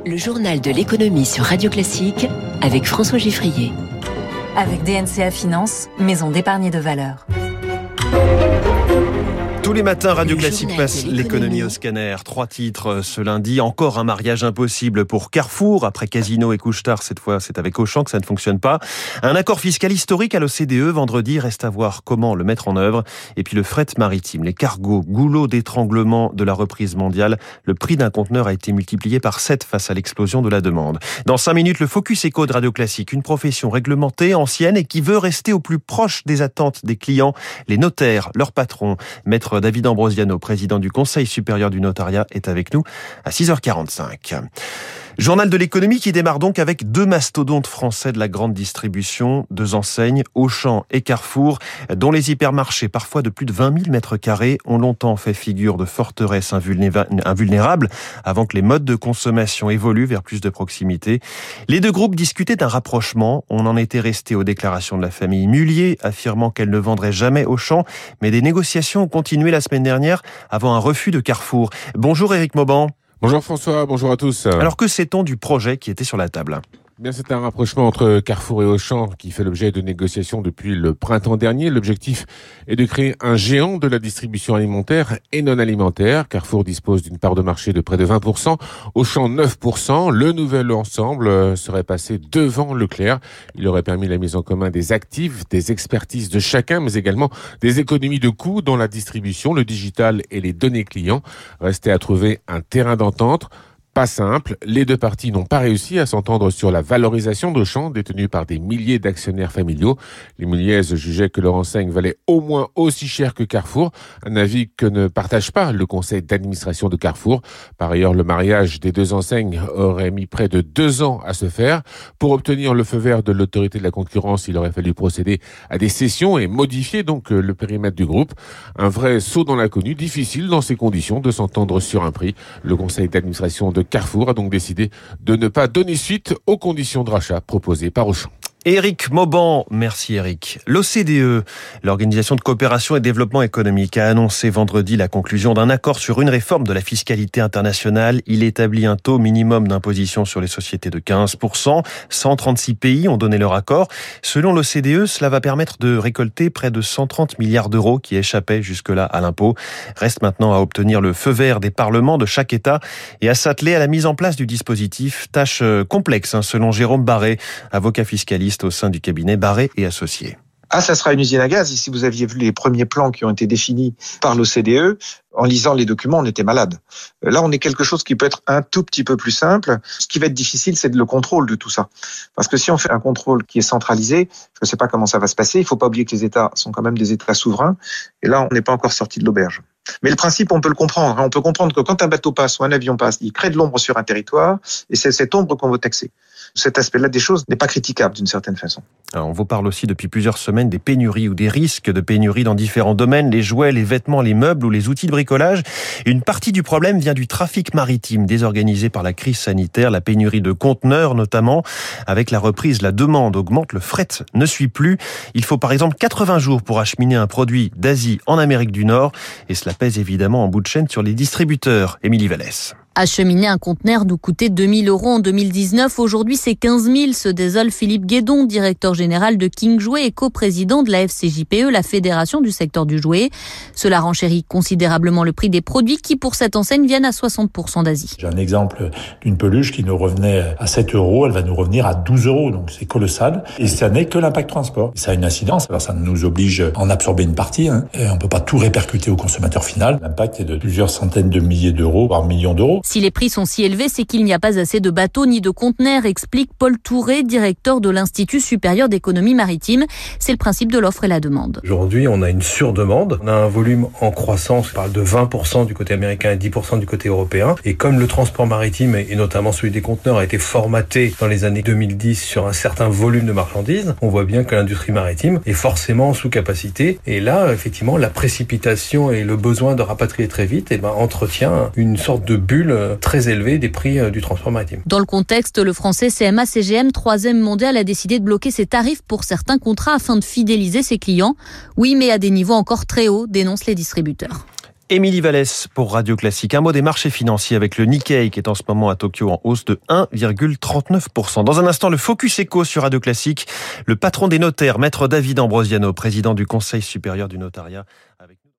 Le journal de l'économie sur Radio Classique avec François Giffrier. Avec DNCA Finance, maison d'épargne et de valeur. Tous les matins, Radio Classique passe l'économie au scanner. 3 titres ce lundi. Encore un mariage impossible pour Carrefour. Après Casino et Couche-Tard, cette fois, c'est avec Auchan que ça ne fonctionne pas. Un accord fiscal historique à l'OCDE vendredi. Reste à voir comment le mettre en œuvre. Et puis le fret maritime, les cargos, goulot d'étranglement de la reprise mondiale. Le prix d'un conteneur a été multiplié par 7 face à l'explosion de la demande. Dans 5 minutes, le Focus Éco de Radio Classique. Une profession réglementée, ancienne et qui veut rester au plus proche des attentes des clients. Les notaires, leurs patrons. Maître David Ambrosiano, président du Conseil supérieur du notariat, est avec nous à 6h45. Journal de l'économie qui démarre donc avec 2 mastodontes français de la grande distribution, 2 enseignes, Auchan et Carrefour, dont les hypermarchés, parfois de plus de 20 000 mètres carrés, ont longtemps fait figure de forteresse invulnérable avant que les modes de consommation évoluent vers plus de proximité. Les 2 groupes discutaient d'un rapprochement. On en était resté aux déclarations de la famille Mullier, affirmant qu'elle ne vendrait jamais Auchan, mais des négociations ont continué la semaine dernière avant un refus de Carrefour. Bonjour Éric Mauban. Bonjour François, bonjour à tous. Alors que sait-on du projet qui était sur la table ? Bien, c'est un rapprochement entre Carrefour et Auchan qui fait l'objet de négociations depuis le printemps dernier. L'objectif est de créer un géant de la distribution alimentaire et non alimentaire. Carrefour dispose d'une part de marché de près de 20%, Auchan 9%. Le nouvel ensemble serait passé devant Leclerc. Il aurait permis la mise en commun des actifs, des expertises de chacun, mais également des économies de coûts dans la distribution, le digital et les données clients. Restait à trouver un terrain d'entente. Pas simple, les 2 parties n'ont pas réussi à s'entendre sur la valorisation d'Auchan, détenue par des milliers d'actionnaires familiaux. Les Mulliez jugeaient que leur enseigne valait au moins aussi cher que Carrefour, un avis que ne partage pas le conseil d'administration de Carrefour. Par ailleurs, le mariage des 2 enseignes aurait mis près de 2 ans à se faire. Pour obtenir le feu vert de l'autorité de la concurrence, il aurait fallu procéder à des cessions et modifier donc le périmètre du groupe. Un vrai saut dans l'inconnu, difficile dans ces conditions de s'entendre sur un prix. Le conseil d'administration de Carrefour a donc décidé de ne pas donner suite aux conditions de rachat proposées par Auchan. Éric Mauban, merci Éric. L'OCDE, l'Organisation de coopération et développement économique, a annoncé vendredi la conclusion d'un accord sur une réforme de la fiscalité internationale. Il établit un taux minimum d'imposition sur les sociétés de 15%. 136 pays ont donné leur accord. Selon l'OCDE, cela va permettre de récolter près de 130 milliards d'euros qui échappaient jusque-là à l'impôt. Reste maintenant à obtenir le feu vert des parlements de chaque État et à s'atteler à la mise en place du dispositif. Tâche complexe, selon Jérôme Barré, avocat fiscaliste au sein du cabinet Barré et Associés. Ça sera une usine à gaz. Et si vous aviez vu les premiers plans qui ont été définis par l'OCDE, en lisant les documents, on était malade. Là, on est quelque chose qui peut être un tout petit peu plus simple. Ce qui va être difficile, c'est le contrôle de tout ça. Parce que si on fait un contrôle qui est centralisé, je ne sais pas comment ça va se passer. Il ne faut pas oublier que les États sont quand même des États souverains. Et là, on n'est pas encore sorti de l'auberge. Mais le principe, on peut le comprendre. On peut comprendre que quand un bateau passe ou un avion passe, il crée de l'ombre sur un territoire et c'est cette ombre qu'on veut taxer. Cet aspect-là des choses n'est pas critiquable d'une certaine façon. Alors, on vous parle aussi depuis plusieurs semaines des pénuries ou des risques de pénuries dans différents domaines, les jouets, les vêtements, les meubles ou les outils de bricolage. Une partie du problème vient du trafic maritime désorganisé par la crise sanitaire, la pénurie de conteneurs notamment. Avec la reprise, la demande augmente, le fret ne suit plus. Il faut par exemple 80 jours pour acheminer un produit d'Asie en Amérique du Nord et cela pèse évidemment en bout de chaîne sur les distributeurs. Émilie Vallès. Acheminer un conteneur nous coûtait 2 000 € en 2019. Aujourd'hui, c'est 15 000, se désole Philippe Guédon, directeur général de King Jouet et coprésident de la FCJPE, la fédération du secteur du jouet. Cela renchérit considérablement le prix des produits qui, pour cette enseigne, viennent à 60% d'Asie. J'ai un exemple d'une peluche qui nous revenait à 7 €. Elle va nous revenir à 12 €. Donc, c'est colossal. Et ça n'est que l'impact transport. Et ça a une incidence. Alors, ça nous oblige à en absorber une partie. Et on peut pas tout répercuter au consommateur final. L'impact est de plusieurs centaines de milliers d'euros, voire millions d'euros. Si les prix sont si élevés, c'est qu'il n'y a pas assez de bateaux ni de conteneurs, explique Paul Touré, directeur de l'Institut supérieur d'économie maritime. C'est le principe de l'offre et la demande. Aujourd'hui, on a une surdemande. On a un volume en croissance. On parle de 20% du côté américain et 10% du côté européen. Et comme le transport maritime, et notamment celui des conteneurs, a été formaté dans les années 2010 sur un certain volume de marchandises, on voit bien que l'industrie maritime est forcément sous capacité. Et là, effectivement, la précipitation et le besoin de rapatrier très vite, entretient une sorte de bulle très élevé des prix du transport maritime. Dans le contexte, le français CMA-CGM, 3e mondial, a décidé de bloquer ses tarifs pour certains contrats afin de fidéliser ses clients. Oui, mais à des niveaux encore très hauts, dénoncent les distributeurs. Émilie Vallès pour Radio Classique. Un mot des marchés financiers avec le Nikkei qui est en ce moment à Tokyo en hausse de 1,39%. Dans un instant, le Focus Éco sur Radio Classique. Le patron des notaires, Maître David Ambrosiano, président du Conseil supérieur du notariat.